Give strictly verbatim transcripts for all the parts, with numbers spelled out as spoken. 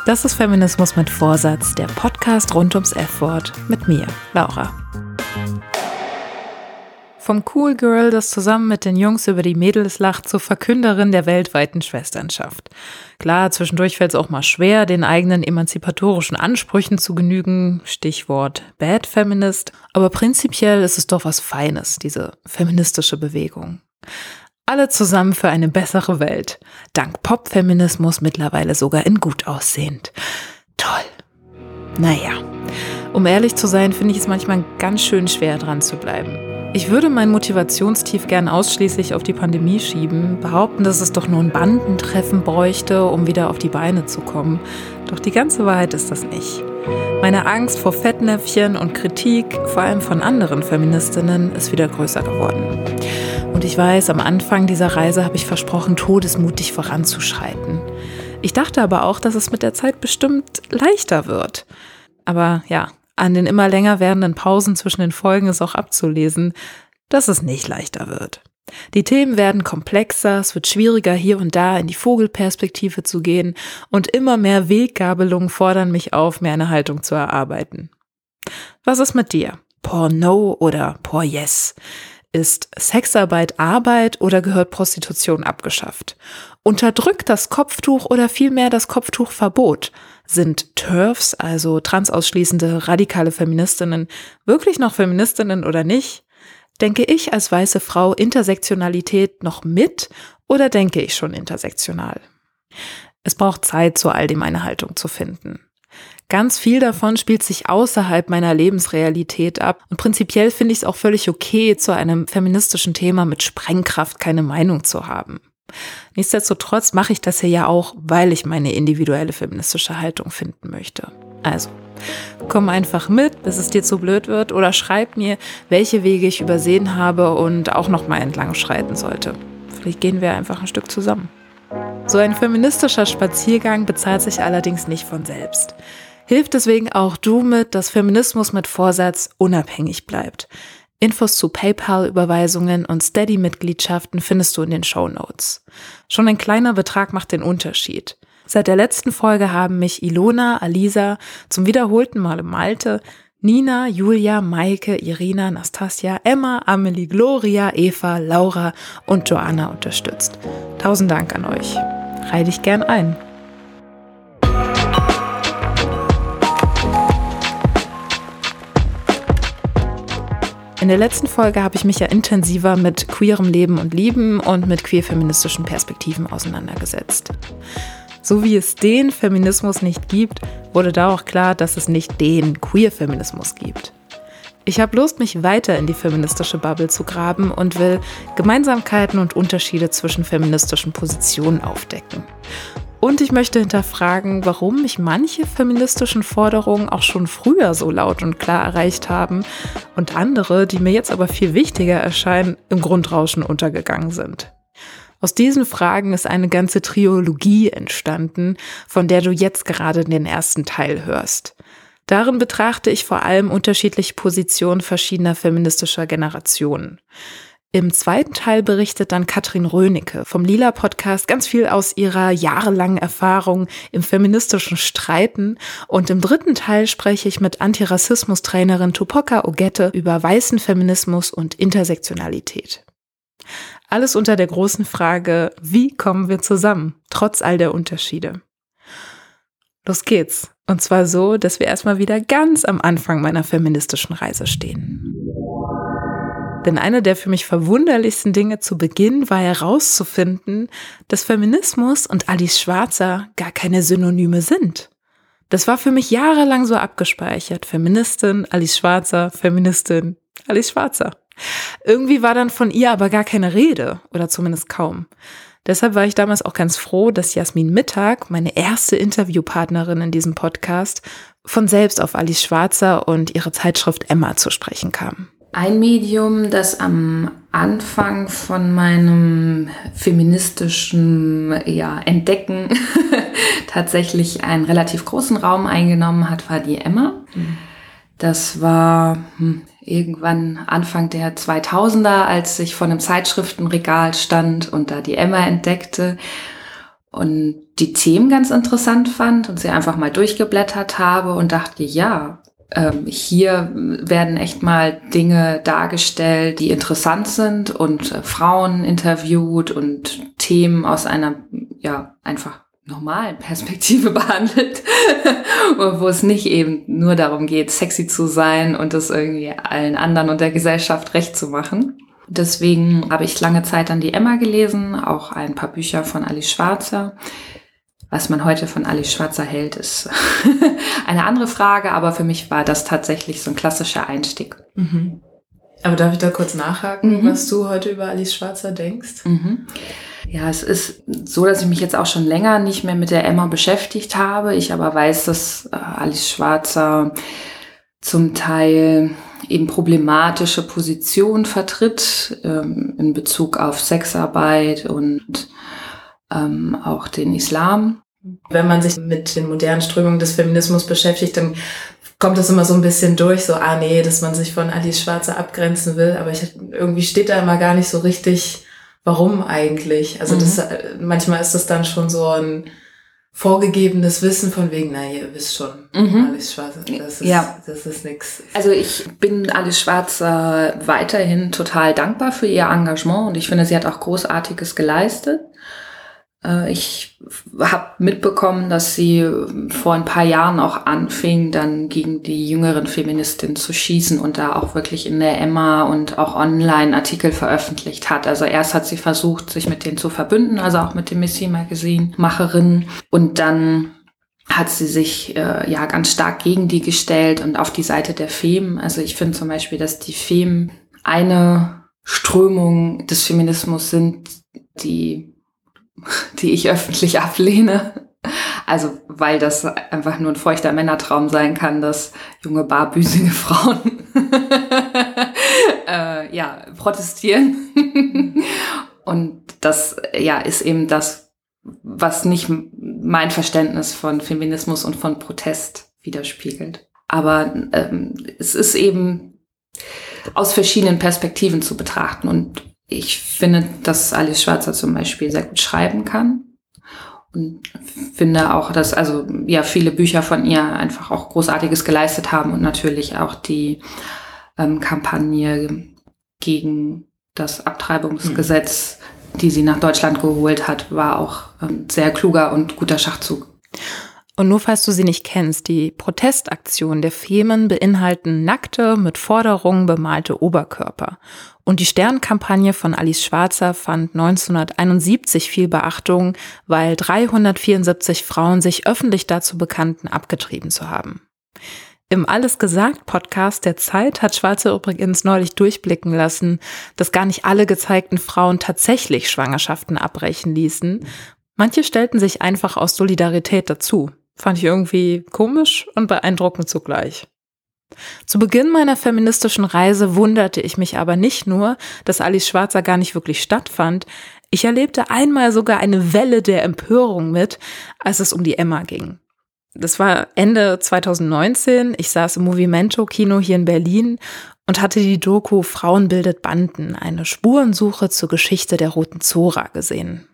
Das ist Feminismus mit Vorsatz, der Podcast rund ums F-Wort mit mir, Laura. Vom Cool Girl, das zusammen mit den Jungs über die Mädels lacht, zur Verkünderin der weltweiten Schwesternschaft. Klar, zwischendurch fällt es auch mal schwer, den eigenen emanzipatorischen Ansprüchen zu genügen, Stichwort Bad Feminist, aber prinzipiell ist es doch was Feines, diese feministische Bewegung. Alle zusammen für eine bessere Welt. Dank Pop-Feminismus mittlerweile sogar in gut aussehend. Toll. Naja, um ehrlich zu sein, finde ich es manchmal ganz schön schwer, dran zu bleiben. Ich würde mein Motivationstief gern ausschließlich auf die Pandemie schieben, behaupten, dass es doch nur ein Bandentreffen bräuchte, um wieder auf die Beine zu kommen. Doch die ganze Wahrheit ist das nicht. Meine Angst vor Fettnäpfchen und Kritik, vor allem von anderen Feministinnen, ist wieder größer geworden. Und ich weiß, am Anfang dieser Reise habe ich versprochen, todesmutig voranzuschreiten. Ich dachte aber auch, dass es mit der Zeit bestimmt leichter wird. Aber ja, an den immer länger werdenden Pausen zwischen den Folgen ist auch abzulesen, dass es nicht leichter wird. Die Themen werden komplexer, es wird schwieriger, hier und da in die Vogelperspektive zu gehen und immer mehr Weggabelungen fordern mich auf, mir eine Haltung zu erarbeiten. Was ist mit dir? Por no oder por yes? Ist Sexarbeit Arbeit oder gehört Prostitution abgeschafft? Unterdrückt das Kopftuch oder vielmehr das Kopftuchverbot? Sind TERFs, also transausschließende radikale Feministinnen, wirklich noch Feministinnen oder nicht? Denke ich als weiße Frau Intersektionalität noch mit oder denke ich schon intersektional? Es braucht Zeit, zu all dem eine Haltung zu finden. Ganz viel davon spielt sich außerhalb meiner Lebensrealität ab und prinzipiell finde ich es auch völlig okay, zu einem feministischen Thema mit Sprengkraft keine Meinung zu haben. Nichtsdestotrotz mache ich das hier ja auch, weil ich meine individuelle feministische Haltung finden möchte. Also, komm einfach mit, bis es dir zu blöd wird oder schreib mir, welche Wege ich übersehen habe und auch noch mal entlang schreiten sollte. Vielleicht gehen wir einfach ein Stück zusammen. So ein feministischer Spaziergang bezahlt sich allerdings nicht von selbst. Hilf deswegen auch du mit, dass Feminismus mit Vorsatz unabhängig bleibt. Infos zu PayPal-Überweisungen und Steady-Mitgliedschaften findest du in den Shownotes. Schon ein kleiner Betrag macht den Unterschied. Seit der letzten Folge haben mich Ilona, Alisa, zum wiederholten Male Malte, Nina, Julia, Maike, Irina, Nastasia, Emma, Amelie, Gloria, Eva, Laura und Joanna unterstützt. Tausend Dank an euch. Reih dich gern ein. In der letzten Folge habe ich mich ja intensiver mit queerem Leben und Lieben und mit queer-feministischen Perspektiven auseinandergesetzt. So wie es den Feminismus nicht gibt, wurde da auch klar, dass es nicht den Queer-Feminismus gibt. Ich habe Lust, mich weiter in die feministische Bubble zu graben und will Gemeinsamkeiten und Unterschiede zwischen feministischen Positionen aufdecken. Und ich möchte hinterfragen, warum mich manche feministischen Forderungen auch schon früher so laut und klar erreicht haben und andere, die mir jetzt aber viel wichtiger erscheinen, im Grundrauschen untergegangen sind. Aus diesen Fragen ist eine ganze Trilogie entstanden, von der du jetzt gerade den ersten Teil hörst. Darin betrachte ich vor allem unterschiedliche Positionen verschiedener feministischer Generationen. Im zweiten Teil berichtet dann Katrin Rönecke vom Lila-Podcast ganz viel aus ihrer jahrelangen Erfahrung im feministischen Streiten. Und im dritten Teil spreche ich mit Antirassismus-Trainerin Tupoka Ogette über weißen Feminismus und Intersektionalität. Alles unter der großen Frage, wie kommen wir zusammen, trotz all der Unterschiede? Los geht's. Und zwar so, dass wir erstmal wieder ganz am Anfang meiner feministischen Reise stehen. Denn eine der für mich verwunderlichsten Dinge zu Beginn war herauszufinden, dass Feminismus und Alice Schwarzer gar keine Synonyme sind. Das war für mich jahrelang so abgespeichert. Feministin, Alice Schwarzer, Feministin, Alice Schwarzer. Irgendwie war dann von ihr aber gar keine Rede, oder zumindest kaum. Deshalb war ich damals auch ganz froh, dass Jasmin Mittag, meine erste Interviewpartnerin in diesem Podcast, von selbst auf Alice Schwarzer und ihre Zeitschrift Emma zu sprechen kam. Ein Medium, das am Anfang von meinem feministischen ja, Entdecken tatsächlich einen relativ großen Raum eingenommen hat, war die Emma. Mhm. Das war hm, irgendwann Anfang der zweitausender, als ich vor einem Zeitschriftenregal stand und da die Emma entdeckte. und die Themen ganz interessant fand und sie einfach mal durchgeblättert habe und dachte, ja, ähm, hier werden echt mal Dinge dargestellt, die interessant sind und äh, Frauen interviewt und Themen aus einer, ja, einfach normalen Perspektive behandelt, wo es nicht eben nur darum geht, sexy zu sein und das irgendwie allen anderen und der Gesellschaft recht zu machen. Deswegen habe ich lange Zeit dann die Emma gelesen, auch ein paar Bücher von Alice Schwarzer. Was man heute von Alice Schwarzer hält, ist eine andere Frage, aber für mich war das tatsächlich so ein klassischer Einstieg. Mhm. Aber darf ich da kurz nachhaken, mhm. was du heute über Alice Schwarzer denkst? Mhm. Ja, es ist so, dass ich mich jetzt auch schon länger nicht mehr mit der Emma beschäftigt habe. Ich aber weiß, dass äh, Alice Schwarzer zum Teil eben problematische Positionen vertritt ähm, in Bezug auf Sexarbeit und ähm, auch den Islam. Wenn man sich mit den modernen Strömungen des Feminismus beschäftigt, dann kommt das immer so ein bisschen durch, so, ah nee, dass man sich von Alice Schwarzer abgrenzen will, aber ich, irgendwie steht da immer gar nicht so richtig, warum eigentlich. Also mhm. das, manchmal ist das dann schon so ein vorgegebenes Wissen von wegen, na, ihr wisst schon, mhm. Alice Schwarzer, das ist, ja. das ist nix. Also ich bin Alice Schwarzer weiterhin total dankbar für ihr Engagement und ich finde, sie hat auch Großartiges geleistet. Ich habe mitbekommen, dass sie vor ein paar Jahren auch anfing, dann gegen die jüngeren Feministinnen zu schießen und da auch wirklich in der Emma und auch online Artikel veröffentlicht hat. Also erst hat sie versucht, sich mit denen zu verbünden, also auch mit dem Missy Magazine Macherin. Und dann hat sie sich äh, ja ganz stark gegen die gestellt und auf die Seite der Fem. Also ich finde zum Beispiel, dass die Fem eine Strömung des Feminismus sind, die die ich öffentlich ablehne. Also, weil das einfach nur ein feuchter Männertraum sein kann, dass junge, barbüsige Frauen äh, ja, protestieren. Und das ja ist eben das, was nicht mein Verständnis von Feminismus und von Protest widerspiegelt. Aber ähm, es ist eben aus verschiedenen Perspektiven zu betrachten und ich finde, dass Alice Schwarzer zum Beispiel sehr gut schreiben kann und finde auch, dass also ja viele Bücher von ihr einfach auch Großartiges geleistet haben und natürlich auch die ähm, Kampagne gegen das Abtreibungsgesetz, mhm. die sie nach Deutschland geholt hat, war auch ein sehr kluger und guter Schachzug. Und nur falls du sie nicht kennst, die Protestaktionen der Femen beinhalten nackte, mit Forderungen bemalte Oberkörper. Und die Sternkampagne von Alice Schwarzer fand neunzehnhunderteinundsiebzig viel Beachtung, weil dreihundertvierundsiebzig Frauen sich öffentlich dazu bekannten, abgetrieben zu haben. Im Alles gesagt Podcast der Zeit hat Schwarzer übrigens neulich durchblicken lassen, dass gar nicht alle gezeigten Frauen tatsächlich Schwangerschaften abbrechen ließen. Manche stellten sich einfach aus Solidarität dazu. Fand ich irgendwie komisch und beeindruckend zugleich. Zu Beginn meiner feministischen Reise wunderte ich mich aber nicht nur, dass Alice Schwarzer gar nicht wirklich stattfand. Ich erlebte einmal sogar eine Welle der Empörung mit, als es um die Emma ging. Das war Ende zweitausendneunzehn. Ich saß im Movimento-Kino hier in Berlin und hatte die Doku Frauen bildet Banden, eine Spurensuche zur Geschichte der Roten Zora gesehen.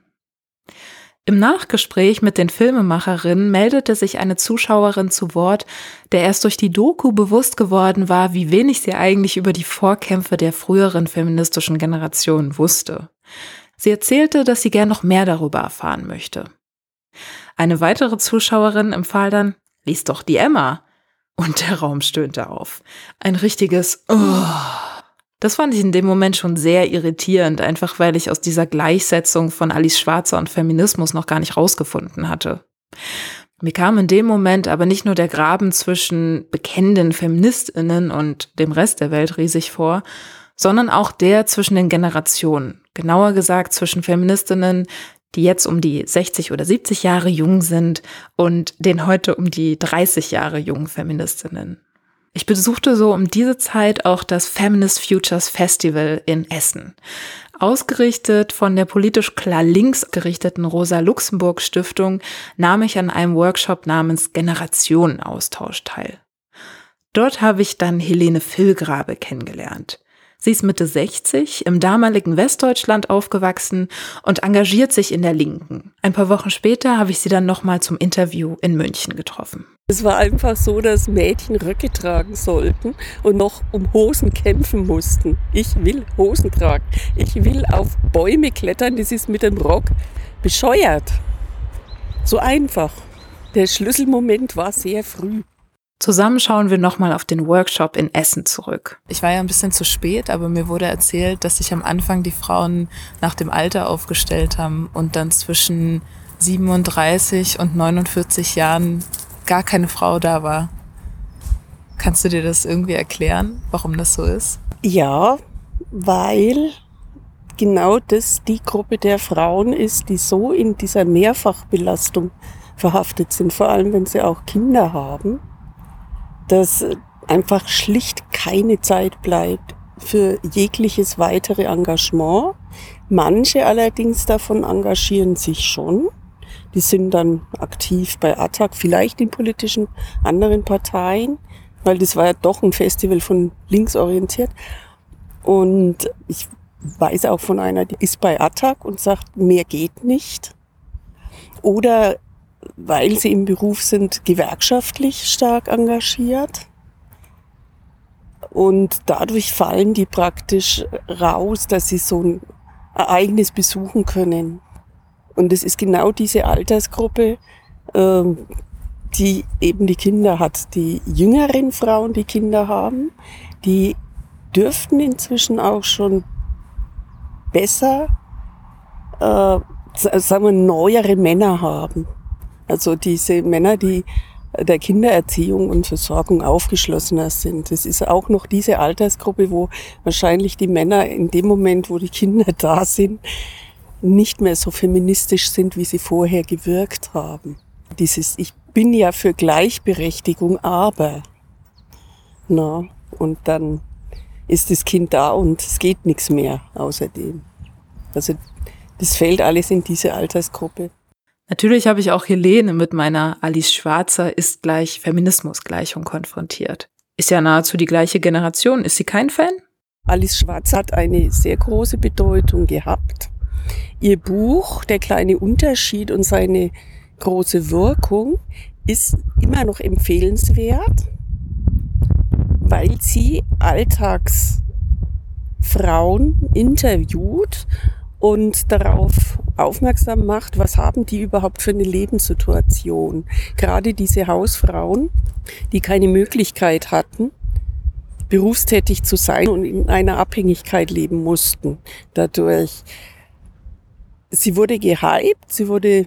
Im Nachgespräch mit den Filmemacherinnen meldete sich eine Zuschauerin zu Wort, der erst durch die Doku bewusst geworden war, wie wenig sie eigentlich über die Vorkämpfe der früheren feministischen Generation wusste. Sie erzählte, dass sie gern noch mehr darüber erfahren möchte. Eine weitere Zuschauerin empfahl dann, lies doch die Emma. Und der Raum stöhnte auf. Ein richtiges Oh. Das fand ich in dem Moment schon sehr irritierend, einfach weil ich aus dieser Gleichsetzung von Alice Schwarzer und Feminismus noch gar nicht rausgefunden hatte. Mir kam in dem Moment aber nicht nur der Graben zwischen bekennenden FeministInnen und dem Rest der Welt riesig vor, sondern auch der zwischen den Generationen. Genauer gesagt zwischen FeministInnen, die jetzt um die sechzig oder siebzig Jahre jung sind und den heute um die dreißig Jahre jungen FeministInnen. Ich besuchte so um diese Zeit auch das Feminist Futures Festival in Essen. Ausgerichtet von der politisch klar links gerichteten Rosa-Luxemburg-Stiftung nahm ich an einem Workshop namens Generationenaustausch teil. Dort habe ich dann Helene Villgrabe kennengelernt. Sie ist Mitte sechzig, im damaligen Westdeutschland aufgewachsen und engagiert sich in der Linken. Ein paar Wochen später habe ich sie dann nochmal zum Interview in München getroffen. Es war einfach so, dass Mädchen Röcke tragen sollten und noch um Hosen kämpfen mussten. Ich will Hosen tragen. Ich will auf Bäume klettern. Das ist mit dem Rock bescheuert. So einfach. Der Schlüsselmoment war sehr früh. Zusammen schauen wir nochmal auf den Workshop in Essen zurück. Ich war ja ein bisschen zu spät, aber mir wurde erzählt, dass sich am Anfang die Frauen nach dem Alter aufgestellt haben und dann zwischen siebenunddreißig und neunundvierzig Jahren gar keine Frau da war. Kannst du dir das irgendwie erklären, warum das so ist? Ja, weil genau das die Gruppe der Frauen ist, die so in dieser Mehrfachbelastung verhaftet sind, vor allem wenn sie auch Kinder haben, dass einfach schlicht keine Zeit bleibt für jegliches weitere Engagement. Manche allerdings davon engagieren sich schon. Die sind dann aktiv bei A T T A C, vielleicht in politischen anderen Parteien, weil das war ja doch ein Festival von links orientiert. Und ich weiß auch von einer, die ist bei A T T A C und sagt, mehr geht nicht. Oder weil sie im Beruf sind, gewerkschaftlich stark engagiert. Und dadurch fallen die praktisch raus, dass sie so ein Ereignis besuchen können. Und es ist genau diese Altersgruppe, ähm, die eben die Kinder hat. Die jüngeren Frauen, die Kinder haben, die dürften inzwischen auch schon besser, äh, sagen wir, neuere Männer haben. Also diese Männer, die der Kindererziehung und Versorgung aufgeschlossener sind. Das ist auch noch diese Altersgruppe, wo wahrscheinlich die Männer in dem Moment, wo die Kinder da sind, nicht mehr so feministisch sind, wie sie vorher gewirkt haben. Dieses, ich bin ja für Gleichberechtigung, aber, na, und dann ist das Kind da und es geht nichts mehr außerdem. Also das fällt alles in diese Altersgruppe. Natürlich habe ich auch Helene mit meiner Alice Schwarzer ist gleich Feminismusgleichung konfrontiert. Ist ja nahezu die gleiche Generation. Ist sie kein Fan? Alice Schwarzer hat eine sehr große Bedeutung gehabt. Ihr Buch Der kleine Unterschied und seine große Wirkung ist immer noch empfehlenswert, weil sie Alltagsfrauen interviewt und darauf aufmerksam macht, was haben die überhaupt für eine Lebenssituation. Gerade diese Hausfrauen, die keine Möglichkeit hatten, berufstätig zu sein und in einer Abhängigkeit leben mussten dadurch. Sie wurde gehypt, sie wurde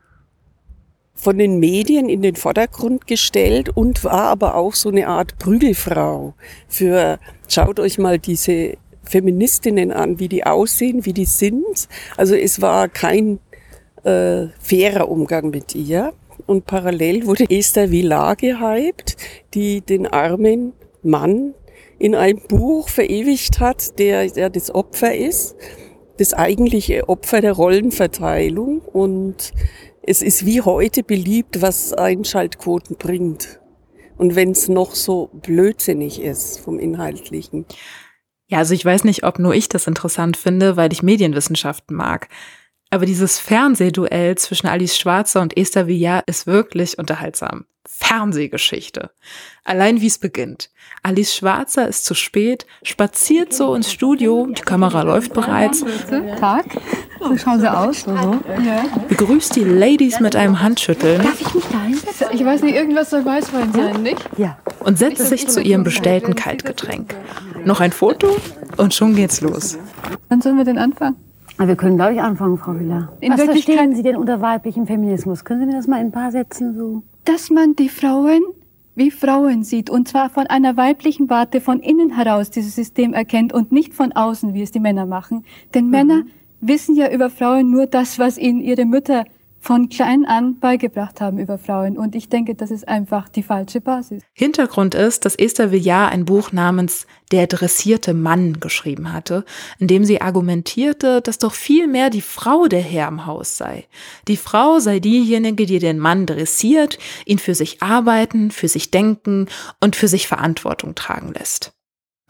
von den Medien in den Vordergrund gestellt und war aber auch so eine Art Prügelfrau für, schaut euch mal diese Feministinnen an, wie die aussehen, wie die sind. Also es war kein äh, fairer Umgang mit ihr. Und parallel wurde Esther Vilar gehypt, die den armen Mann in einem Buch verewigt hat, der, der das Opfer ist. Das eigentliche Opfer der Rollenverteilung, und es ist wie heute beliebt, was Einschaltquoten bringt. Und wenn es noch so blödsinnig ist vom Inhaltlichen. Ja, also ich weiß nicht, ob nur ich das interessant finde, weil ich Medienwissenschaften mag. Aber dieses Fernsehduell zwischen Alice Schwarzer und Esther Vilar ist wirklich unterhaltsam. Fernsehgeschichte. Allein wie es beginnt. Alice Schwarzer ist zu spät, spaziert so ins Studio, die Kamera läuft bereits. Tag, so schauen sie aus. Also. Ja. Begrüßt die Ladies mit einem Handschütteln. Darf ich mich da hinsetzen? Ich weiß nicht, irgendwas soll Weißwein sein, nicht? Ja. Und setzt sich zu ihrem bestellten Kaltgetränk. Noch ein Foto und schon geht's los. Wann sollen wir denn anfangen? Wir können, glaube ich, anfangen, Frau Vilar. In Was Wirklichkeit- verstehen Sie denn unter weiblichem Feminismus? Können Sie mir das mal in ein paar Sätzen so... Dass man die Frauen wie Frauen sieht, und zwar von einer weiblichen Warte von innen heraus dieses System erkennt und nicht von außen, wie es die Männer machen. Denn mhm. Männer wissen ja über Frauen nur das, was ihnen ihre Mütter von klein an beigebracht haben über Frauen. Und ich denke, das ist einfach die falsche Basis. Hintergrund ist, dass Esther Vilar ein Buch namens Der dressierte Mann geschrieben hatte, in dem sie argumentierte, dass doch viel mehr die Frau der Herr im Haus sei. Die Frau sei diejenige, die den Mann dressiert, ihn für sich arbeiten, für sich denken und für sich Verantwortung tragen lässt. Ja,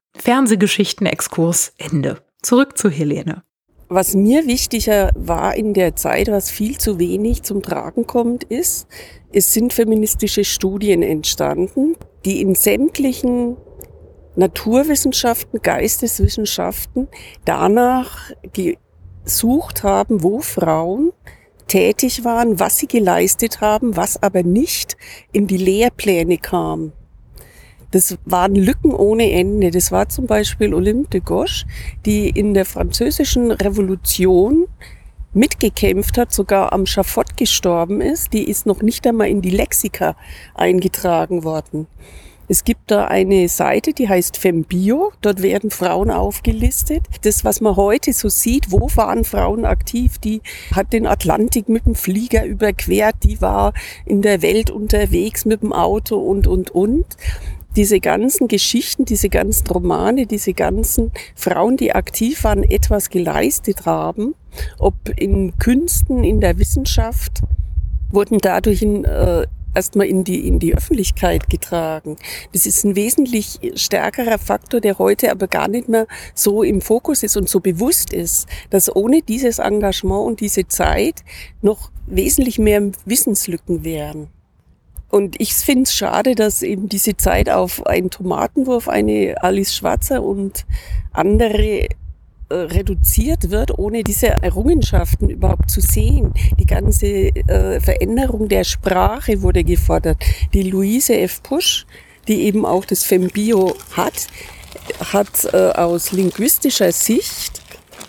Fernsehgeschichten-Exkurs Ende. Zurück zu Helene. Was mir wichtiger war in der Zeit, was viel zu wenig zum Tragen kommt, ist, es sind feministische Studien entstanden, die in sämtlichen Naturwissenschaften, Geisteswissenschaften danach gesucht haben, wo Frauen tätig waren, was sie geleistet haben, was aber nicht in die Lehrpläne kam. Das waren Lücken ohne Ende. Das war zum Beispiel Olympe de Gouges, die in der französischen Revolution mitgekämpft hat, sogar am Schafott gestorben ist. Die ist noch nicht einmal in die Lexika eingetragen worden. Es gibt da eine Seite, die heißt Fembio. Dort werden Frauen aufgelistet. Das, was man heute so sieht, wo waren Frauen aktiv? Die hat den Atlantik mit dem Flieger überquert. Die war in der Welt unterwegs mit dem Auto und, und, und. Diese ganzen Geschichten, diese ganzen Romane, diese ganzen Frauen, die aktiv waren, etwas geleistet haben, ob in Künsten, in der Wissenschaft, wurden dadurch in, äh, erstmal in die, in die Öffentlichkeit getragen. Das ist ein wesentlich stärkerer Faktor, der heute aber gar nicht mehr so im Fokus ist und so bewusst ist, dass ohne dieses Engagement und diese Zeit noch wesentlich mehr Wissenslücken wären. Und ich finde es schade, dass eben diese Zeit auf einen Tomatenwurf, eine Alice Schwarzer und andere äh, reduziert wird, ohne diese Errungenschaften überhaupt zu sehen. Die ganze äh, Veränderung der Sprache wurde gefordert. Die Louise F. Pusch, die eben auch das Fembio hat, hat äh, aus linguistischer Sicht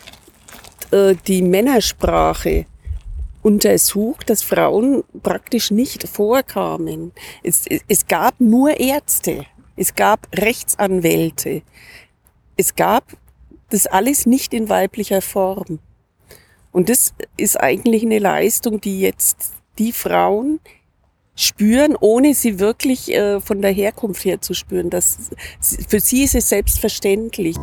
äh, die Männersprache untersucht, dass Frauen praktisch nicht vorkamen. Es, es gab nur Ärzte, es gab Rechtsanwälte, es gab das alles nicht in weiblicher Form. Und das ist eigentlich eine Leistung, die jetzt die Frauen spüren, ohne sie wirklich äh, von der Herkunft her zu spüren. Das, für sie ist es selbstverständlich.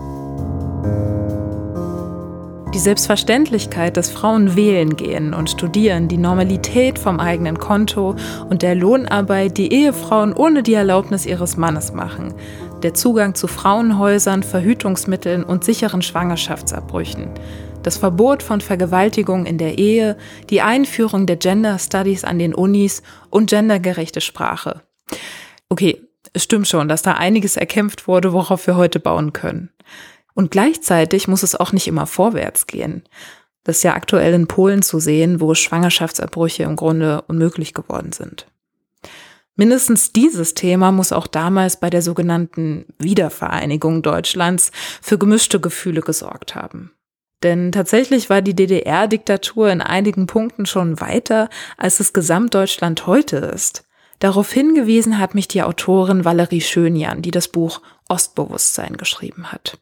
Die Selbstverständlichkeit, dass Frauen wählen gehen und studieren, die Normalität vom eigenen Konto und der Lohnarbeit, die Ehefrauen ohne die Erlaubnis ihres Mannes machen, der Zugang zu Frauenhäusern, Verhütungsmitteln und sicheren Schwangerschaftsabbrüchen, das Verbot von Vergewaltigung in der Ehe, die Einführung der Gender Studies an den Unis und gendergerechte Sprache. Okay, es stimmt schon, dass da einiges erkämpft wurde, worauf wir heute bauen können. Und gleichzeitig muss es auch nicht immer vorwärts gehen. Das ist ja aktuell in Polen zu sehen, wo Schwangerschaftsabbrüche im Grunde unmöglich geworden sind. Mindestens dieses Thema muss auch damals bei der sogenannten Wiedervereinigung Deutschlands für gemischte Gefühle gesorgt haben. Denn tatsächlich war die D D R-Diktatur in einigen Punkten schon weiter, als es Gesamtdeutschland heute ist. Darauf hingewiesen hat mich die Autorin Valerie Schönjan, die das Buch Ostbewusstsein geschrieben hat.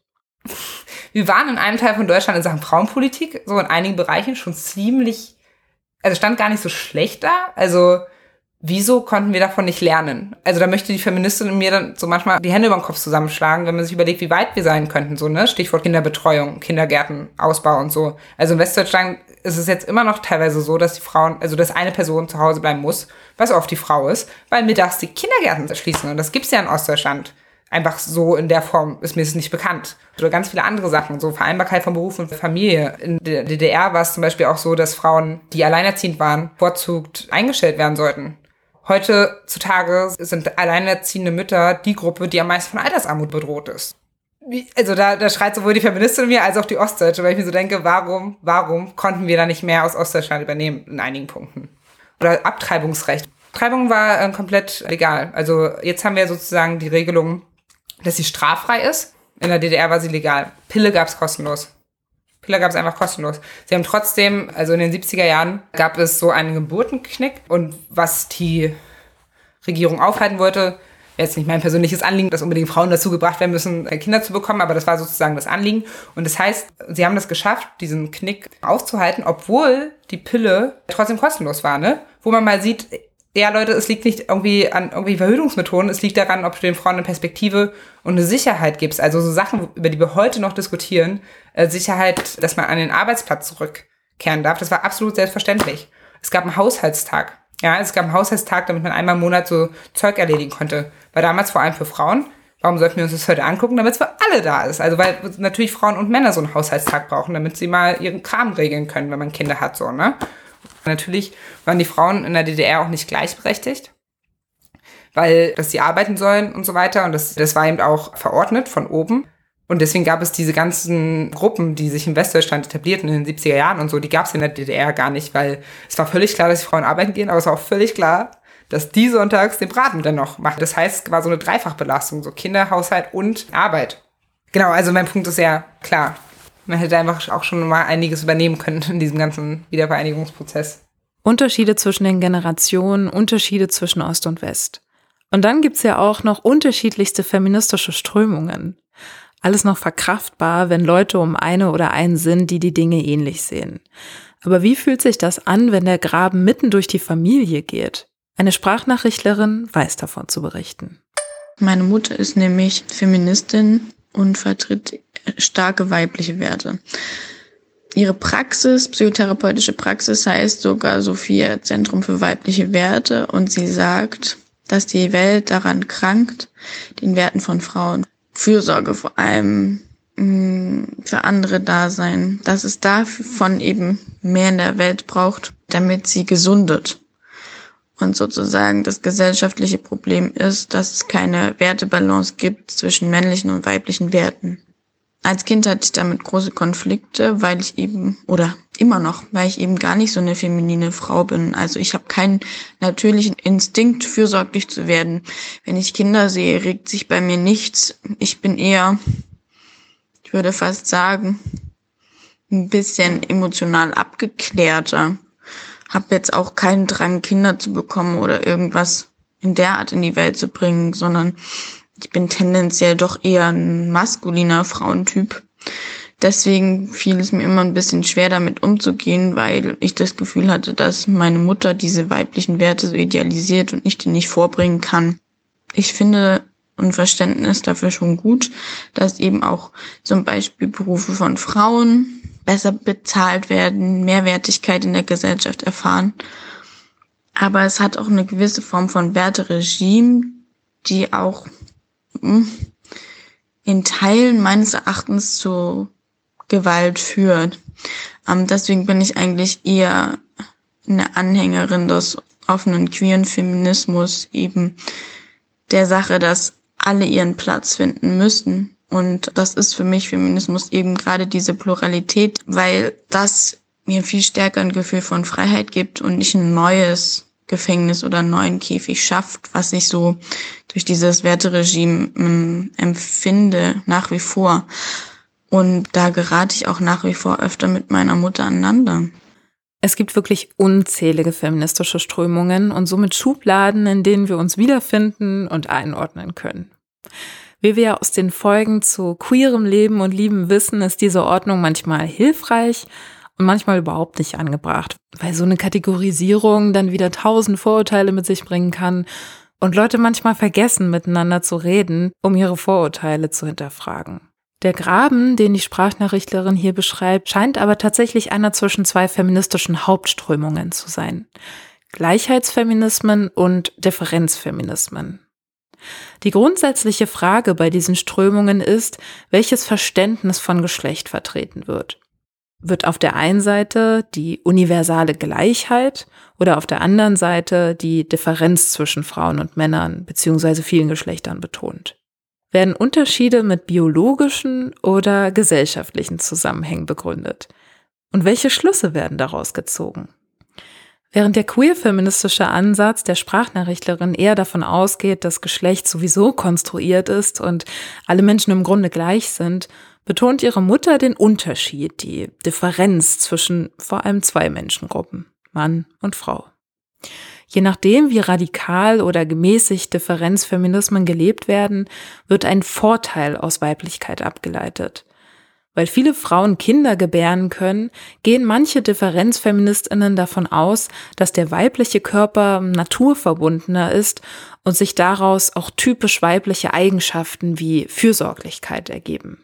Wir waren in einem Teil von Deutschland in Sachen Frauenpolitik so in einigen Bereichen schon ziemlich, also stand gar nicht so schlecht da. Also wieso konnten wir davon nicht lernen? Also da möchte die Feministin in mir dann so manchmal die Hände über den Kopf zusammenschlagen, wenn man sich überlegt, wie weit wir sein könnten. So, ne? Stichwort Kinderbetreuung, Kindergärten, Ausbau und so. Also in Westdeutschland ist es jetzt immer noch teilweise so, dass die Frauen, also dass eine Person zu Hause bleiben muss, was oft die Frau ist, weil mittags die Kindergärten schließen. Und das gibt's ja in Ostdeutschland. Einfach so in der Form ist mir es nicht bekannt. Oder ganz viele andere Sachen, so Vereinbarkeit von Beruf und Familie. In der D D R war es zum Beispiel auch so, dass Frauen, die alleinerziehend waren, bevorzugt eingestellt werden sollten. Heutzutage sind alleinerziehende Mütter die Gruppe, die am meisten von Altersarmut bedroht ist. Wie, also da, da schreit sowohl die Feministin in mir als auch die Ostdeutsche, weil ich mir so denke, warum, warum konnten wir da nicht mehr aus Ostdeutschland übernehmen in einigen Punkten? Oder Abtreibungsrecht. Abtreibung war äh, komplett legal. Also jetzt haben wir sozusagen die Regelung, dass sie straffrei ist. In der D D R war sie legal. Pille gab es kostenlos. Pille gab es einfach kostenlos. Sie haben trotzdem, also in den siebziger Jahren, gab es so einen Geburtenknick. Und was die Regierung aufhalten wollte, jetzt nicht mein persönliches Anliegen, dass unbedingt Frauen dazu gebracht werden müssen, Kinder zu bekommen, aber das war sozusagen das Anliegen. Und das heißt, sie haben das geschafft, diesen Knick aufzuhalten, obwohl die Pille trotzdem kostenlos war, ne? Wo man mal sieht, ja, Leute, es liegt nicht irgendwie an irgendwie Verhütungsmethoden, es liegt daran, ob du den Frauen eine Perspektive und eine Sicherheit gibst. Also so Sachen, über die wir heute noch diskutieren, äh, Sicherheit, dass man an den Arbeitsplatz zurückkehren darf, das war absolut selbstverständlich. Es gab einen Haushaltstag. Ja, es gab einen Haushaltstag, damit man einmal im Monat so Zeug erledigen konnte. War damals vor allem für Frauen. Warum sollten wir uns das heute angucken? Damit es für alle da ist. Also weil natürlich Frauen und Männer so einen Haushaltstag brauchen, damit sie mal ihren Kram regeln können, wenn man Kinder hat, so, ne? Natürlich waren die Frauen in der D D R auch nicht gleichberechtigt, weil dass sie arbeiten sollen und so weiter. Und das, das war eben auch verordnet von oben. Und deswegen gab es diese ganzen Gruppen, die sich in Westdeutschland etablierten in den siebziger Jahren und so, die gab es in der D D R gar nicht, weil es war völlig klar, dass die Frauen arbeiten gehen, aber es war auch völlig klar, dass die sonntags den Braten dann noch machen. Das heißt, es war so eine Dreifachbelastung, so Kinder, Haushalt und Arbeit. Genau, also mein Punkt ist ja klar. Man hätte einfach auch schon mal einiges übernehmen können in diesem ganzen Wiedervereinigungsprozess. Unterschiede zwischen den Generationen, Unterschiede zwischen Ost und West. Und dann gibt's ja auch noch unterschiedlichste feministische Strömungen. Alles noch verkraftbar, wenn Leute um eine oder einen sind, die die Dinge ähnlich sehen. Aber wie fühlt sich das an, wenn der Graben mitten durch die Familie geht? Eine Sprachnachrichtlerin weiß davon zu berichten. Meine Mutter ist nämlich Feministin und vertritt starke weibliche Werte. Ihre Praxis, psychotherapeutische Praxis, heißt sogar Sophia Zentrum für weibliche Werte, und sie sagt, dass die Welt daran krankt, den Werten von Frauen, Fürsorge vor allem, für andere Dasein, dass es davon eben mehr in der Welt braucht, damit sie gesundet. Und sozusagen das gesellschaftliche Problem ist, dass es keine Wertebalance gibt zwischen männlichen und weiblichen Werten. Als Kind hatte ich damit große Konflikte, weil ich eben, oder immer noch, weil ich eben gar nicht so eine feminine Frau bin. Also ich habe keinen natürlichen Instinkt, fürsorglich zu werden. Wenn ich Kinder sehe, regt sich bei mir nichts. Ich bin eher, ich würde fast sagen, ein bisschen emotional abgeklärter. Habe jetzt auch keinen Drang, Kinder zu bekommen oder irgendwas in der Art in die Welt zu bringen, sondern ich bin tendenziell doch eher ein maskuliner Frauentyp. Deswegen fiel es mir immer ein bisschen schwer, damit umzugehen, weil ich das Gefühl hatte, dass meine Mutter diese weiblichen Werte so idealisiert und ich die nicht vorbringen kann. Ich finde ein Verständnis dafür schon gut, dass eben auch zum Beispiel Berufe von Frauen besser bezahlt werden, Mehrwertigkeit in der Gesellschaft erfahren. Aber es hat auch eine gewisse Form von Werteregime, die auch in Teilen meines Erachtens zu Gewalt führt. Ähm, deswegen bin ich eigentlich eher eine Anhängerin des offenen queeren Feminismus, eben der Sache, dass alle ihren Platz finden müssen. Und das ist für mich Feminismus eben gerade diese Pluralität, weil das mir viel stärker ein Gefühl von Freiheit gibt und nicht ein neues Gefängnis oder einen neuen Käfig schafft, was ich so durch dieses Werteregime ähm, empfinde, nach wie vor. Und da gerate ich auch nach wie vor öfter mit meiner Mutter aneinander. Es gibt wirklich unzählige feministische Strömungen und somit Schubladen, in denen wir uns wiederfinden und einordnen können. Wie wir aus den Folgen zu queerem Leben und Lieben wissen, ist diese Ordnung manchmal hilfreich und manchmal überhaupt nicht angebracht, weil so eine Kategorisierung dann wieder tausend Vorurteile mit sich bringen kann und Leute manchmal vergessen, miteinander zu reden, um ihre Vorurteile zu hinterfragen. Der Graben, den die Sprachnachrichtlerin hier beschreibt, scheint aber tatsächlich einer zwischen zwei feministischen Hauptströmungen zu sein. Gleichheitsfeminismen und Differenzfeminismen. Die grundsätzliche Frage bei diesen Strömungen ist, welches Verständnis von Geschlecht vertreten wird. Wird auf der einen Seite die universale Gleichheit oder auf der anderen Seite die Differenz zwischen Frauen und Männern bzw. vielen Geschlechtern betont? Werden Unterschiede mit biologischen oder gesellschaftlichen Zusammenhängen begründet? Und welche Schlüsse werden daraus gezogen? Während der queer-feministische Ansatz der Sprachnachrichtlerin eher davon ausgeht, dass Geschlecht sowieso konstruiert ist und alle Menschen im Grunde gleich sind, betont ihre Mutter den Unterschied, die Differenz zwischen vor allem zwei Menschengruppen, Mann und Frau. Je nachdem, wie radikal oder gemäßigt Differenzfeminismen gelebt werden, wird ein Vorteil aus Weiblichkeit abgeleitet. Weil viele Frauen Kinder gebären können, gehen manche DifferenzfeministInnen davon aus, dass der weibliche Körper naturverbundener ist und sich daraus auch typisch weibliche Eigenschaften wie Fürsorglichkeit ergeben.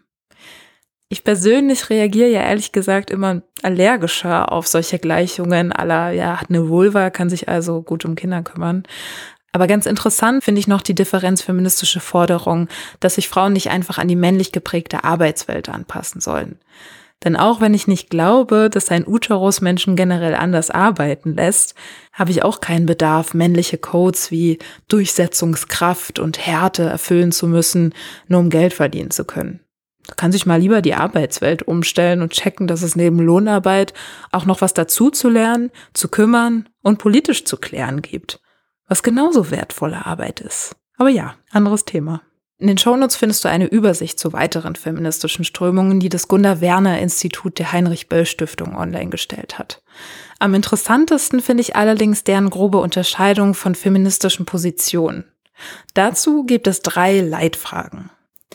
Ich persönlich reagiere ja ehrlich gesagt immer allergischer auf solche Gleichungen à la, ja, hat eine Vulva, kann sich also gut um Kinder kümmern. Aber ganz interessant finde ich noch die differenzfeministische Forderung, dass sich Frauen nicht einfach an die männlich geprägte Arbeitswelt anpassen sollen. Denn auch wenn ich nicht glaube, dass ein Uterus Menschen generell anders arbeiten lässt, habe ich auch keinen Bedarf, männliche Codes wie Durchsetzungskraft und Härte erfüllen zu müssen, nur um Geld verdienen zu können. Da kann sich mal lieber die Arbeitswelt umstellen und checken, dass es neben Lohnarbeit auch noch was dazu zu lernen, zu kümmern und politisch zu klären gibt. Was genauso wertvolle Arbeit ist. Aber ja, anderes Thema. In den Shownotes findest du eine Übersicht zu weiteren feministischen Strömungen, die das Gunda-Werner-Institut der Heinrich-Böll-Stiftung online gestellt hat. Am interessantesten finde ich allerdings deren grobe Unterscheidung von feministischen Positionen. Dazu gibt es drei Leitfragen.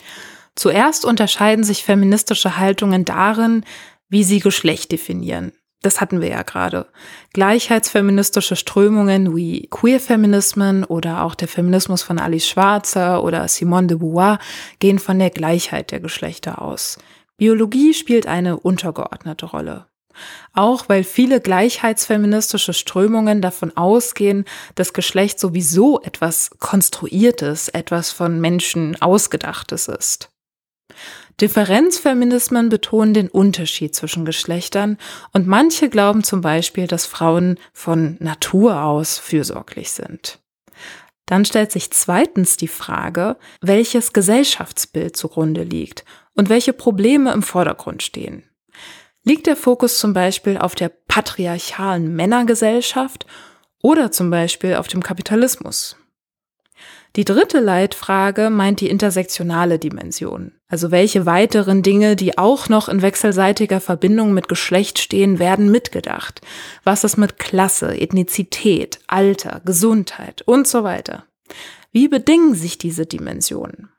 Zuerst unterscheiden sich feministische Haltungen darin, wie sie Geschlecht definieren. Das hatten wir ja gerade. Gleichheitsfeministische Strömungen wie Queerfeminismen oder auch der Feminismus von Alice Schwarzer oder Simone de Beauvoir gehen von der Gleichheit der Geschlechter aus. Biologie spielt eine untergeordnete Rolle. Auch weil viele gleichheitsfeministische Strömungen davon ausgehen, dass Geschlecht sowieso etwas Konstruiertes, etwas von Menschen Ausgedachtes ist. Differenzfeminismen betonen den Unterschied zwischen Geschlechtern und manche glauben zum Beispiel, dass Frauen von Natur aus fürsorglich sind. Dann stellt sich zweitens die Frage, welches Gesellschaftsbild zugrunde liegt und welche Probleme im Vordergrund stehen. Liegt der Fokus zum Beispiel auf der patriarchalen Männergesellschaft oder zum Beispiel auf dem Kapitalismus? Die dritte Leitfrage meint die intersektionale Dimension, also welche weiteren Dinge, die auch noch in wechselseitiger Verbindung mit Geschlecht stehen, werden mitgedacht. Was ist mit Klasse, Ethnizität, Alter, Gesundheit und so weiter? Wie bedingen sich diese Dimensionen?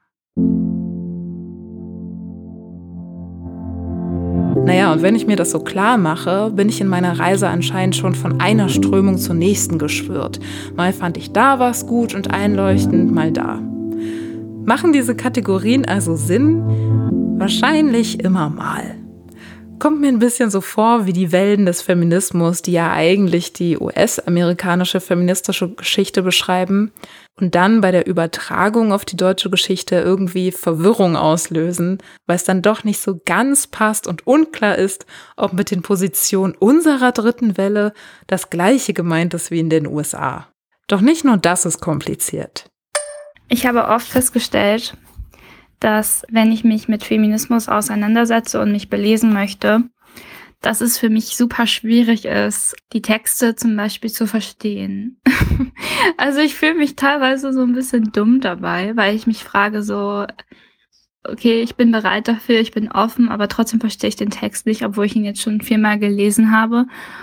Naja, und wenn ich mir das so klar mache, bin ich in meiner Reise anscheinend schon von einer Strömung zur nächsten geschwirrt. Mal fand ich da was gut und einleuchtend, mal da. Machen diese Kategorien also Sinn? Wahrscheinlich immer mal. Kommt mir ein bisschen so vor wie die Wellen des Feminismus, die ja eigentlich die U S-amerikanische feministische Geschichte beschreiben und dann bei der Übertragung auf die deutsche Geschichte irgendwie Verwirrung auslösen, weil es dann doch nicht so ganz passt und unklar ist, ob mit den Positionen unserer dritten Welle das Gleiche gemeint ist wie in den U S A. Doch nicht nur das ist kompliziert. Ich habe oft festgestellt, dass, wenn ich mich mit Feminismus auseinandersetze und mich belesen möchte, dass es für mich super schwierig ist, die Texte zum Beispiel zu verstehen. Also ich fühle mich teilweise so ein bisschen dumm dabei, weil ich mich frage so, okay, ich bin bereit dafür, ich bin offen, aber trotzdem verstehe ich den Text nicht, obwohl ich ihn jetzt schon viermal gelesen habe.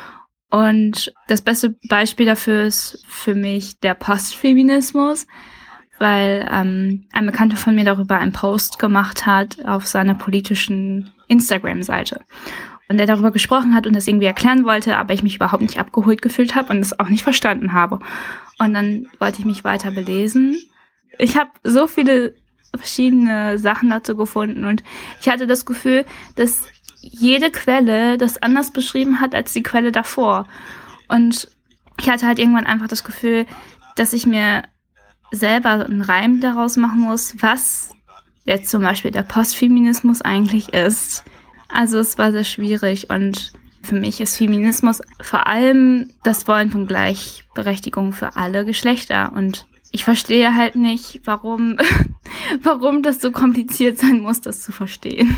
Und das beste Beispiel dafür ist für mich der Postfeminismus, weil ähm, ein Bekannter von mir darüber einen Post gemacht hat auf seiner politischen Instagram-Seite. Und der darüber gesprochen hat und das irgendwie erklären wollte, aber ich mich überhaupt nicht abgeholt gefühlt habe und es auch nicht verstanden habe. Und dann wollte ich mich weiter belesen. Ich habe so viele verschiedene Sachen dazu gefunden und ich hatte das Gefühl, dass jede Quelle das anders beschrieben hat als die Quelle davor. Und ich hatte halt irgendwann einfach das Gefühl, dass ich mir selber einen Reim daraus machen muss, was jetzt zum Beispiel der Postfeminismus eigentlich ist. Also es war sehr schwierig und für mich ist Feminismus vor allem das Wollen von Gleichberechtigung für alle Geschlechter und ich verstehe halt nicht, warum, warum das so kompliziert sein muss, das zu verstehen.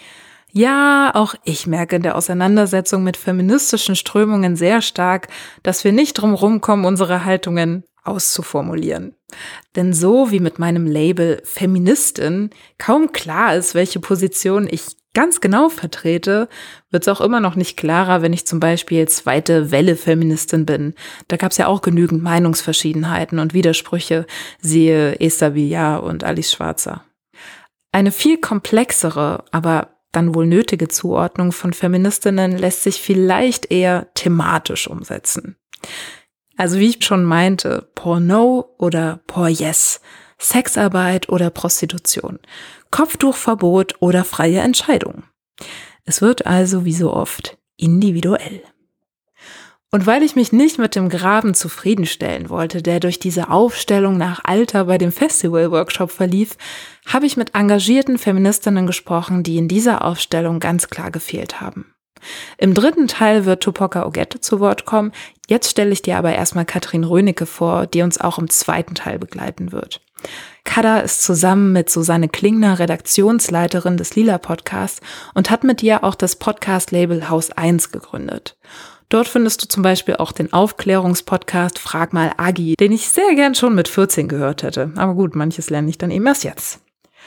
Ja, auch ich merke in der Auseinandersetzung mit feministischen Strömungen sehr stark, dass wir nicht drum rumkommen, unsere Haltungen auszuformulieren. Denn so wie mit meinem Label Feministin kaum klar ist, welche Position ich ganz genau vertrete, wird es auch immer noch nicht klarer, wenn ich zum Beispiel zweite Welle-Feministin bin. Da gab es ja auch genügend Meinungsverschiedenheiten und Widersprüche, siehe Esther Vilar und Alice Schwarzer. Eine viel komplexere, aber dann wohl nötige Zuordnung von Feministinnen lässt sich vielleicht eher thematisch umsetzen. Also wie ich schon meinte, Porno oder Por-Yes, Sexarbeit oder Prostitution, Kopftuchverbot oder freie Entscheidung. Es wird also wie so oft individuell. Und weil ich mich nicht mit dem Graben zufriedenstellen wollte, der durch diese Aufstellung nach Alter bei dem Festival-Workshop verlief, habe ich mit engagierten Feministinnen gesprochen, die in dieser Aufstellung ganz klar gefehlt haben. Im dritten Teil wird Tupoka Ogette zu Wort kommen. Jetzt stelle ich dir aber erstmal Katrin Rönecke vor, die uns auch im zweiten Teil begleiten wird. Kada ist zusammen mit Susanne Klingner Redaktionsleiterin des Lila Podcasts und hat mit ihr auch das Podcast-Label Haus eins gegründet. Dort findest du zum Beispiel auch den Aufklärungspodcast Frag mal Agi, den ich sehr gern schon mit vierzehn gehört hätte. Aber gut, manches lerne ich dann eben erst jetzt.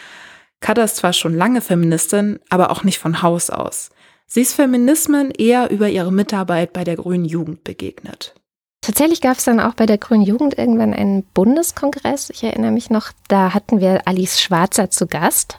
Kada ist zwar schon lange Feministin, aber auch nicht von Haus aus. Sie ist Feminismen eher über ihre Mitarbeit bei der Grünen Jugend begegnet. Tatsächlich gab es dann auch bei der Grünen Jugend irgendwann einen Bundeskongress. Ich erinnere mich noch, da hatten wir Alice Schwarzer zu Gast,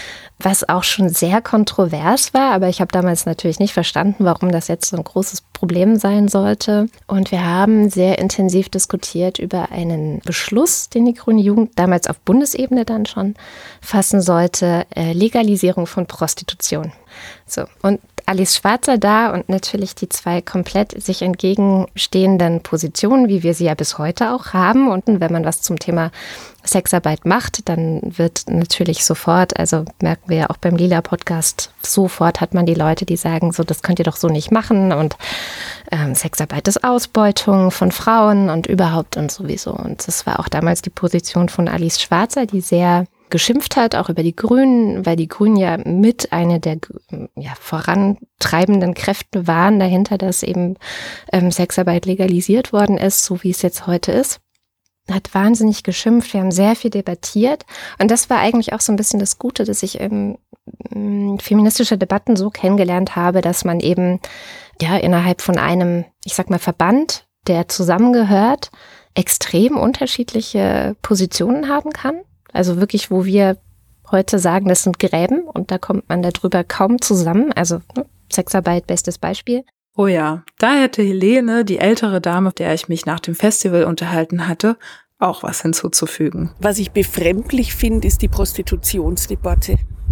was auch schon sehr kontrovers war. Aber ich habe damals natürlich nicht verstanden, warum das jetzt so ein großes Problem sein sollte. Und wir haben sehr intensiv diskutiert über einen Beschluss, den die Grüne Jugend damals auf Bundesebene dann schon fassen sollte, äh, Legalisierung von Prostitution. So, und Alice Schwarzer da und natürlich die zwei komplett sich entgegenstehenden Positionen, wie wir sie ja bis heute auch haben. Und wenn man was zum Thema Sexarbeit macht, dann wird natürlich sofort, also merken wir ja auch beim Lila-Podcast, sofort hat man die Leute, die sagen, so, das könnt ihr doch so nicht machen und ähm, Sexarbeit ist Ausbeutung von Frauen und überhaupt und sowieso. Und das war auch damals die Position von Alice Schwarzer, die sehr geschimpft hat, auch über die Grünen, weil die Grünen ja mit einer der ja, vorantreibenden Kräfte waren dahinter, dass eben ähm, Sexarbeit legalisiert worden ist, so wie es jetzt heute ist. Hat wahnsinnig geschimpft, wir haben sehr viel debattiert und das war eigentlich auch so ein bisschen das Gute, dass ich ähm, feministische Debatten so kennengelernt habe, dass man eben ja innerhalb von einem, ich sag mal, Verband, der zusammengehört, extrem unterschiedliche Positionen haben kann. Also wirklich, wo wir heute sagen, das sind Gräben und da kommt man darüber kaum zusammen. Also ne, Sexarbeit, bestes Beispiel. Oh ja, da hätte Helene, die ältere Dame, mit der ich mich nach dem Festival unterhalten hatte, auch was hinzuzufügen. Was ich befremdlich finde, ist die Prostitutionsdebatte.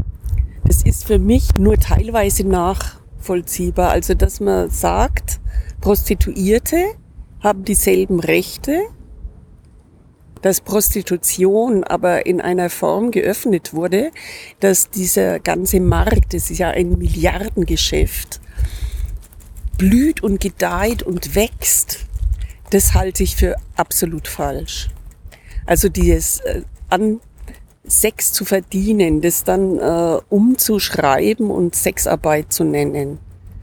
Das ist für mich nur teilweise nachvollziehbar. Also, dass man sagt, Prostituierte haben dieselben Rechte, dass Prostitution aber in einer Form geöffnet wurde, dass dieser ganze Markt, das ist ja ein Milliardengeschäft, blüht und gedeiht und wächst, das halte ich für absolut falsch. Also dieses äh, an Sex zu verdienen, das dann äh, umzuschreiben und Sexarbeit zu nennen,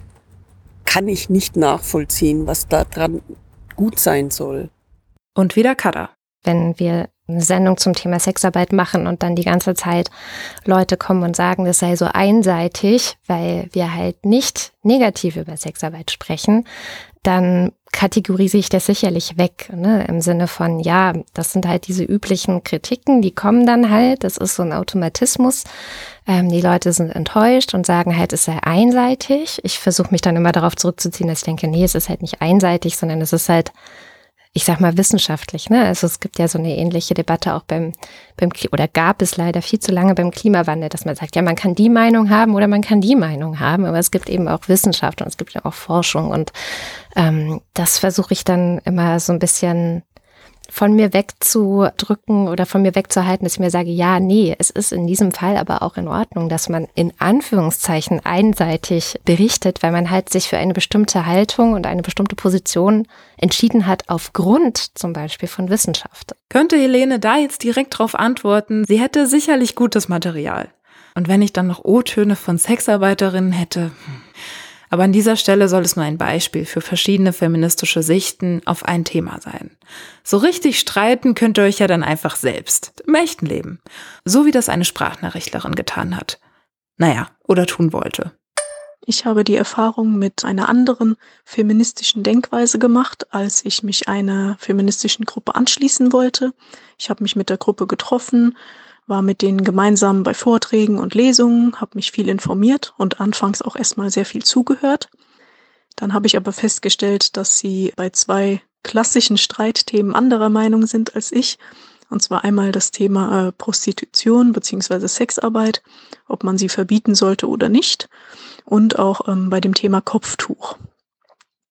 kann ich nicht nachvollziehen, was daran gut sein soll. Und wieder Kada. Wenn wir eine Sendung zum Thema Sexarbeit machen und dann die ganze Zeit Leute kommen und sagen, das sei so einseitig, weil wir halt nicht negativ über Sexarbeit sprechen, dann kategorisiere ich das sicherlich weg, ne? Im Sinne von, ja, das sind halt diese üblichen Kritiken, die kommen dann halt, das ist so ein Automatismus. Ähm, die Leute sind enttäuscht und sagen halt, es sei einseitig. Ich versuche mich dann immer darauf zurückzuziehen, dass ich denke, nee, es ist halt nicht einseitig, sondern es ist halt, ich sag mal, wissenschaftlich, ne? Also es gibt ja so eine ähnliche Debatte auch beim, beim, oder gab es leider viel zu lange beim Klimawandel, dass man sagt, ja, man kann die Meinung haben oder man kann die Meinung haben, aber es gibt eben auch Wissenschaft und es gibt ja auch Forschung und ähm, das versuche ich dann immer so ein bisschen von mir wegzudrücken oder von mir wegzuhalten, dass ich mir sage, ja, nee, es ist in diesem Fall aber auch in Ordnung, dass man in Anführungszeichen einseitig berichtet, weil man halt sich für eine bestimmte Haltung und eine bestimmte Position entschieden hat aufgrund zum Beispiel von Wissenschaft. Könnte Helene da jetzt direkt drauf antworten, sie hätte sicherlich gutes Material. Und wenn ich dann noch O-Töne von Sexarbeiterinnen hätte... Hm. Aber an dieser Stelle soll es nur ein Beispiel für verschiedene feministische Sichten auf ein Thema sein. So richtig streiten könnt ihr euch ja dann einfach selbst, im echten Leben. So wie das eine Sprachnachrichtlerin getan hat. Naja, oder tun wollte. Ich habe die Erfahrung mit einer anderen feministischen Denkweise gemacht, als ich mich einer feministischen Gruppe anschließen wollte. Ich habe mich mit der Gruppe getroffen, war mit denen gemeinsam bei Vorträgen und Lesungen, habe mich viel informiert und anfangs auch erstmal sehr viel zugehört. Dann habe ich aber festgestellt, dass sie bei zwei klassischen Streitthemen anderer Meinung sind als ich. Und zwar einmal das Thema äh, Prostitution bzw. Sexarbeit, ob man sie verbieten sollte oder nicht. Und auch ähm, bei dem Thema Kopftuch.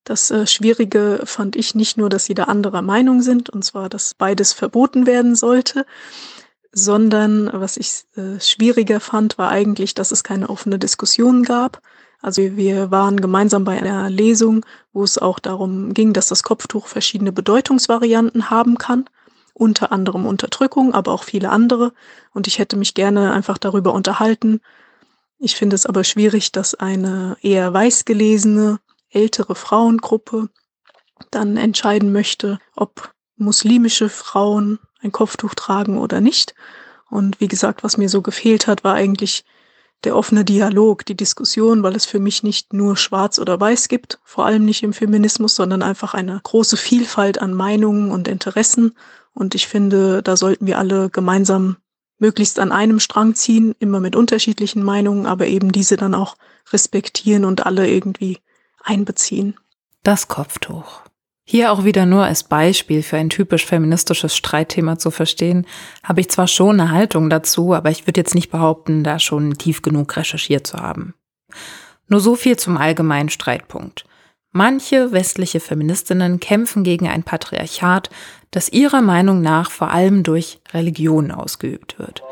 Das äh, Schwierige fand ich nicht nur, dass sie da anderer Meinung sind, und zwar, dass beides verboten werden sollte, sondern was ich äh, schwieriger fand, war eigentlich, dass es keine offene Diskussion gab. Also wir waren gemeinsam bei einer Lesung, wo es auch darum ging, dass das Kopftuch verschiedene Bedeutungsvarianten haben kann, unter anderem Unterdrückung, aber auch viele andere. Und ich hätte mich gerne einfach darüber unterhalten. Ich finde es aber schwierig, dass eine eher weiß gelesene, ältere Frauengruppe dann entscheiden möchte, ob muslimische Frauen ein Kopftuch tragen oder nicht. Und wie gesagt, was mir so gefehlt hat, war eigentlich der offene Dialog, die Diskussion, weil es für mich nicht nur schwarz oder weiß gibt, vor allem nicht im Feminismus, sondern einfach eine große Vielfalt an Meinungen und Interessen. Und ich finde, da sollten wir alle gemeinsam möglichst an einem Strang ziehen, immer mit unterschiedlichen Meinungen, aber eben diese dann auch respektieren und alle irgendwie einbeziehen. Das Kopftuch. Hier auch wieder nur als Beispiel für ein typisch feministisches Streitthema zu verstehen, habe ich zwar schon eine Haltung dazu, aber ich würde jetzt nicht behaupten, da schon tief genug recherchiert zu haben. Nur so viel zum allgemeinen Streitpunkt. Manche westliche Feministinnen kämpfen gegen ein Patriarchat, das ihrer Meinung nach vor allem durch Religion ausgeübt wird.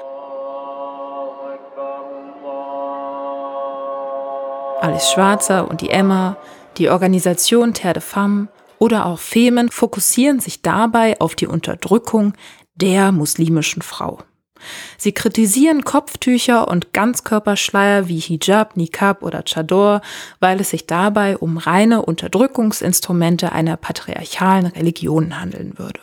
Alice Schwarzer und die Emma, die Organisation Terre de Femmes oder auch Femen fokussieren sich dabei auf die Unterdrückung der muslimischen Frau. Sie kritisieren Kopftücher und Ganzkörperschleier wie Hijab, Niqab oder Chador, weil es sich dabei um reine Unterdrückungsinstrumente einer patriarchalen Religion handeln würde.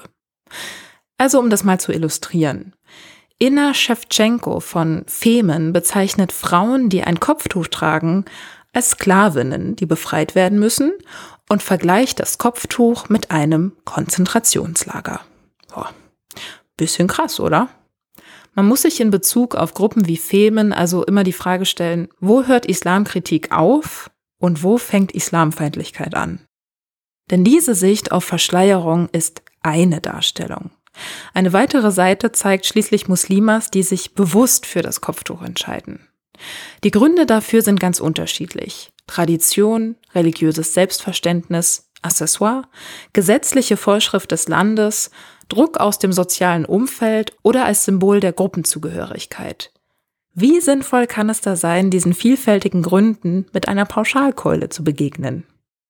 Also um das mal zu illustrieren. Inna Shevchenko von Femen bezeichnet Frauen, die ein Kopftuch tragen, als Sklavinnen, die befreit werden müssen, und vergleicht das Kopftuch mit einem Konzentrationslager. Boah, bisschen krass, oder? Man muss sich in Bezug auf Gruppen wie Femen also immer die Frage stellen, wo hört Islamkritik auf und wo fängt Islamfeindlichkeit an? Denn diese Sicht auf Verschleierung ist eine Darstellung. Eine weitere Seite zeigt schließlich Muslimas, die sich bewusst für das Kopftuch entscheiden. Die Gründe dafür sind ganz unterschiedlich. Tradition, religiöses Selbstverständnis, Accessoire, gesetzliche Vorschrift des Landes, Druck aus dem sozialen Umfeld oder als Symbol der Gruppenzugehörigkeit. Wie sinnvoll kann es da sein, diesen vielfältigen Gründen mit einer Pauschalkeule zu begegnen?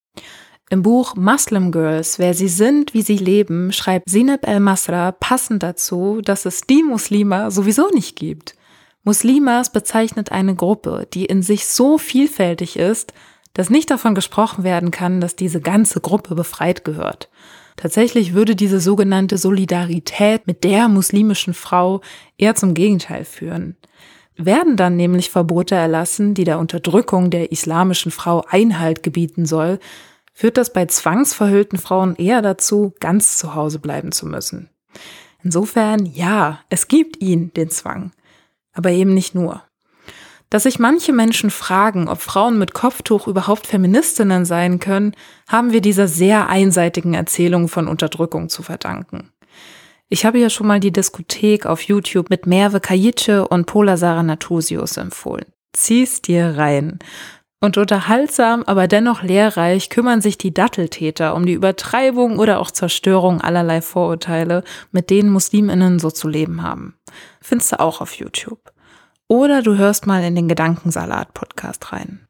Im Buch Muslim Girls, wer sie sind, wie sie leben, schreibt Zineb El-Masra passend dazu, dass es die Muslima sowieso nicht gibt. Muslimas bezeichnet eine Gruppe, die in sich so vielfältig ist, dass nicht davon gesprochen werden kann, dass diese ganze Gruppe befreit gehört. Tatsächlich würde diese sogenannte Solidarität mit der muslimischen Frau eher zum Gegenteil führen. Werden dann nämlich Verbote erlassen, die der Unterdrückung der islamischen Frau Einhalt gebieten soll, führt das bei zwangsverhüllten Frauen eher dazu, ganz zu Hause bleiben zu müssen. Insofern, ja, es gibt ihn, den Zwang. Aber eben nicht nur. Dass sich manche Menschen fragen, ob Frauen mit Kopftuch überhaupt Feministinnen sein können, haben wir dieser sehr einseitigen Erzählung von Unterdrückung zu verdanken. Ich habe ja schon mal die Diskothek auf YouTube mit Merve Kajice und Pola Saranatusius empfohlen. Zieh's dir rein. Und unterhaltsam, aber dennoch lehrreich kümmern sich die Datteltäter um die Übertreibung oder auch Zerstörung allerlei Vorurteile, mit denen MuslimInnen so zu leben haben. Findest du auch auf YouTube. Oder du hörst mal in den Gedankensalat-Podcast rein.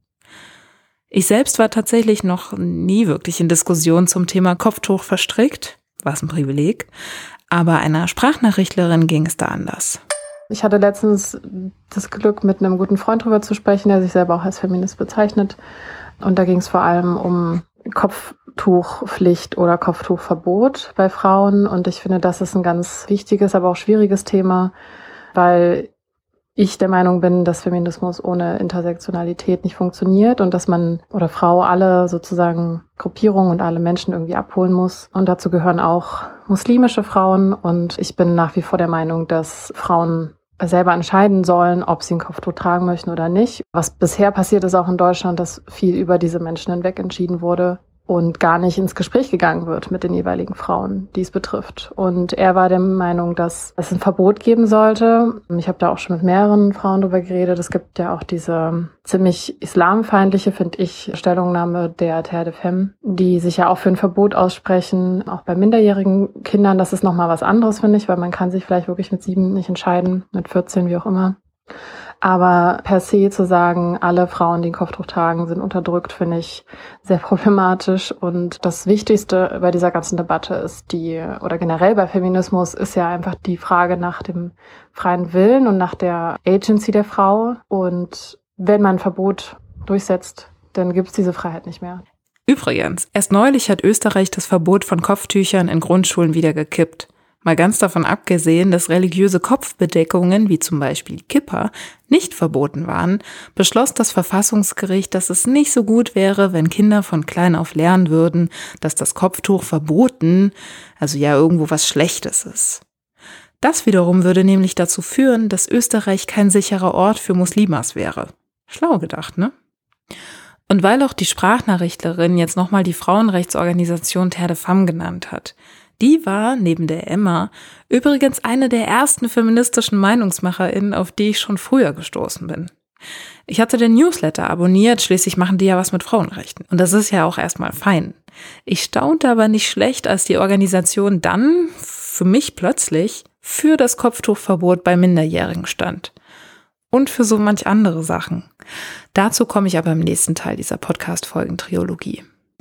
Ich selbst war tatsächlich noch nie wirklich in Diskussionen zum Thema Kopftuch verstrickt, was ein Privileg, aber einer Sprachnachrichtlerin ging es da anders. Ich hatte letztens das Glück, mit einem guten Freund drüber zu sprechen, der sich selber auch als Feminist bezeichnet. Und da ging es vor allem um Kopftuchpflicht oder Kopftuchverbot bei Frauen. Und ich finde, das ist ein ganz wichtiges, aber auch schwieriges Thema, weil ich der Meinung bin, dass Feminismus ohne Intersektionalität nicht funktioniert und dass man oder Frau alle sozusagen Gruppierungen und alle Menschen irgendwie abholen muss. Und dazu gehören auch muslimische Frauen. Und ich bin nach wie vor der Meinung, dass Frauen selber entscheiden sollen, ob sie ein Kopftuch tragen möchten oder nicht. Was bisher passiert ist auch in Deutschland, dass viel über diese Menschen hinweg entschieden wurde. und gar nicht ins Gespräch gegangen wird mit den jeweiligen Frauen, die es betrifft. Und er war der Meinung, dass es ein Verbot geben sollte. Ich habe da auch schon mit mehreren Frauen drüber geredet. Es gibt ja auch diese ziemlich islamfeindliche, finde ich, Stellungnahme der Terre de Femme, die sich ja auch für ein Verbot aussprechen, auch bei minderjährigen Kindern. Das ist nochmal was anderes, finde ich, weil man kann sich vielleicht wirklich mit sieben nicht entscheiden, mit vierzehn, wie auch immer. Aber per se zu sagen, alle Frauen, die ein Kopftuch tragen, sind unterdrückt, finde ich sehr problematisch. Und das Wichtigste bei dieser ganzen Debatte ist die, oder generell bei Feminismus, ist ja einfach die Frage nach dem freien Willen und nach der Agency der Frau. Und wenn man ein Verbot durchsetzt, dann gibt es diese Freiheit nicht mehr. Übrigens, erst neulich hat Österreich das Verbot von Kopftüchern in Grundschulen wieder gekippt. Mal ganz davon abgesehen, dass religiöse Kopfbedeckungen, wie zum Beispiel Kippa, nicht verboten waren, beschloss das Verfassungsgericht, dass es nicht so gut wäre, wenn Kinder von klein auf lernen würden, dass das Kopftuch verboten, also ja irgendwo was Schlechtes ist. Das wiederum würde nämlich dazu führen, dass Österreich kein sicherer Ort für Muslimas wäre. Schlau gedacht, ne? Und weil auch die Sprachnachrichtlerin jetzt nochmal die Frauenrechtsorganisation Terre de Femme genannt hat, die war, neben der Emma, übrigens eine der ersten feministischen MeinungsmacherInnen, auf die ich schon früher gestoßen bin. Ich hatte den Newsletter abonniert, schließlich machen die ja was mit Frauenrechten. Und das ist ja auch erstmal fein. Ich staunte aber nicht schlecht, als die Organisation dann, für mich plötzlich, für das Kopftuchverbot bei Minderjährigen stand. Und für so manch andere Sachen. Dazu komme ich aber im nächsten Teil dieser Podcast-Folgen-Triologie.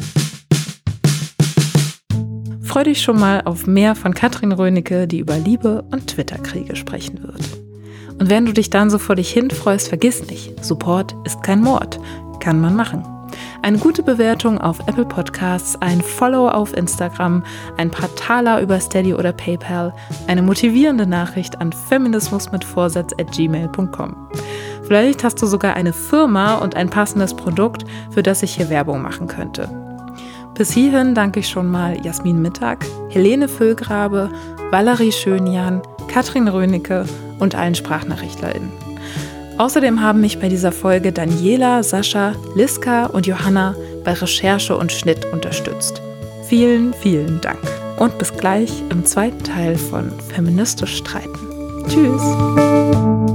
Freu dich schon mal auf mehr von Katrin Rönecke, die über Liebe und Twitter-Kriege sprechen wird. Und wenn du dich dann so vor dich hin freust, vergiss nicht, Support ist kein Mord. Kann man machen. Eine gute Bewertung auf Apple Podcasts, ein Follow auf Instagram, ein paar Taler über Steady oder PayPal, eine motivierende Nachricht an feminismusmitvorsatz at gmail punkt com. Vielleicht hast du sogar eine Firma und ein passendes Produkt, für das ich hier Werbung machen könnte. Bis hierhin danke ich schon mal Jasmin Mittag, Helene Füllgrabe, Valerie Schönjan, Katrin Rönecke und allen SprachnachrichtlerInnen. Außerdem haben mich bei dieser Folge Daniela, Sascha, Liska und Johanna bei Recherche und Schnitt unterstützt. Vielen, vielen Dank. Und bis gleich im zweiten Teil von Feministisch streiten. Tschüss!